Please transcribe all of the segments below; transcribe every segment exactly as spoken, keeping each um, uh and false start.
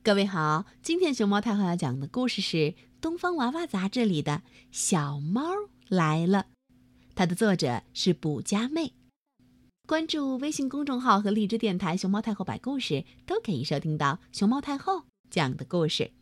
各位好，今天熊猫太后要讲的故事是《东方娃娃》杂志里的《小猫来了》，它的作者是卜佳妹。关注微信公众号和荔枝电台熊猫太后摆故事，都可以收听到熊猫太后讲的故事。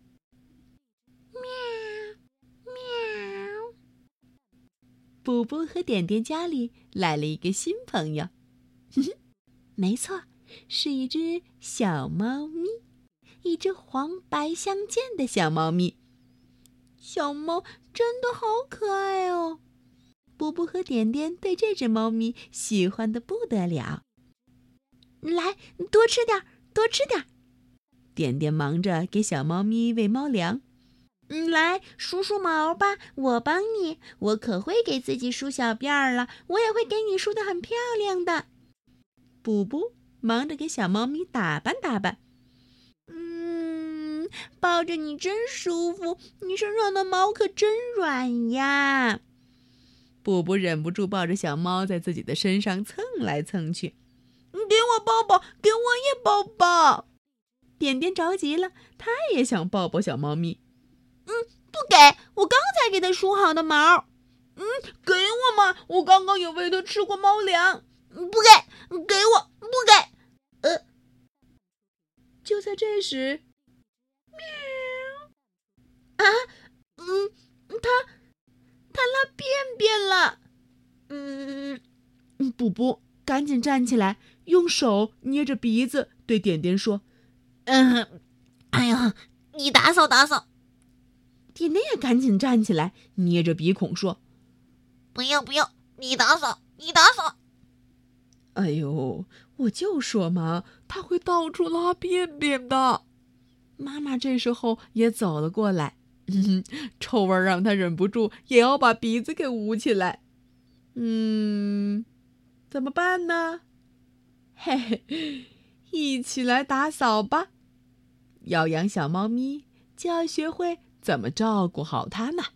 喵喵，补补和点点家里来了一个新朋友，哼哼，没错，是一只小猫咪。一只黄白相间的小猫咪，小猫真的好可爱哦！补补和点点对这只猫咪喜欢的不得了。来，多吃点，多吃点。点点忙着给小猫咪喂猫粮。来，梳梳毛吧，我帮你。我可会给自己梳小辫儿了，我也会给你梳得很漂亮的。补补忙着给小猫咪打扮打扮。抱着你真舒服，你身上的毛可真软呀！补补忍不住抱着小猫在自己的身上蹭来蹭去。给我抱抱，给我也抱抱！点点着急了，他也想抱抱小猫咪。嗯，不给，我刚才给它梳好的毛。嗯，给我嘛，我刚刚也喂它吃过猫粮。不给，给我，不给。呃，就在这时。啊，嗯，他他拉便便了。嗯，补补赶紧站起来，用手捏着鼻子对点点说：“嗯，哎呀，你打扫打扫。”点点也赶紧站起来，捏着鼻孔说：“不要不要，你打扫，你打扫。”哎呦，我就说嘛，他会到处拉便便的。妈妈这时候也走了过来。嗯，臭味让他忍不住也要把鼻子给捂起来。嗯，怎么办呢？嘿嘿，一起来打扫吧。要养小猫咪，就要学会怎么照顾好它呢。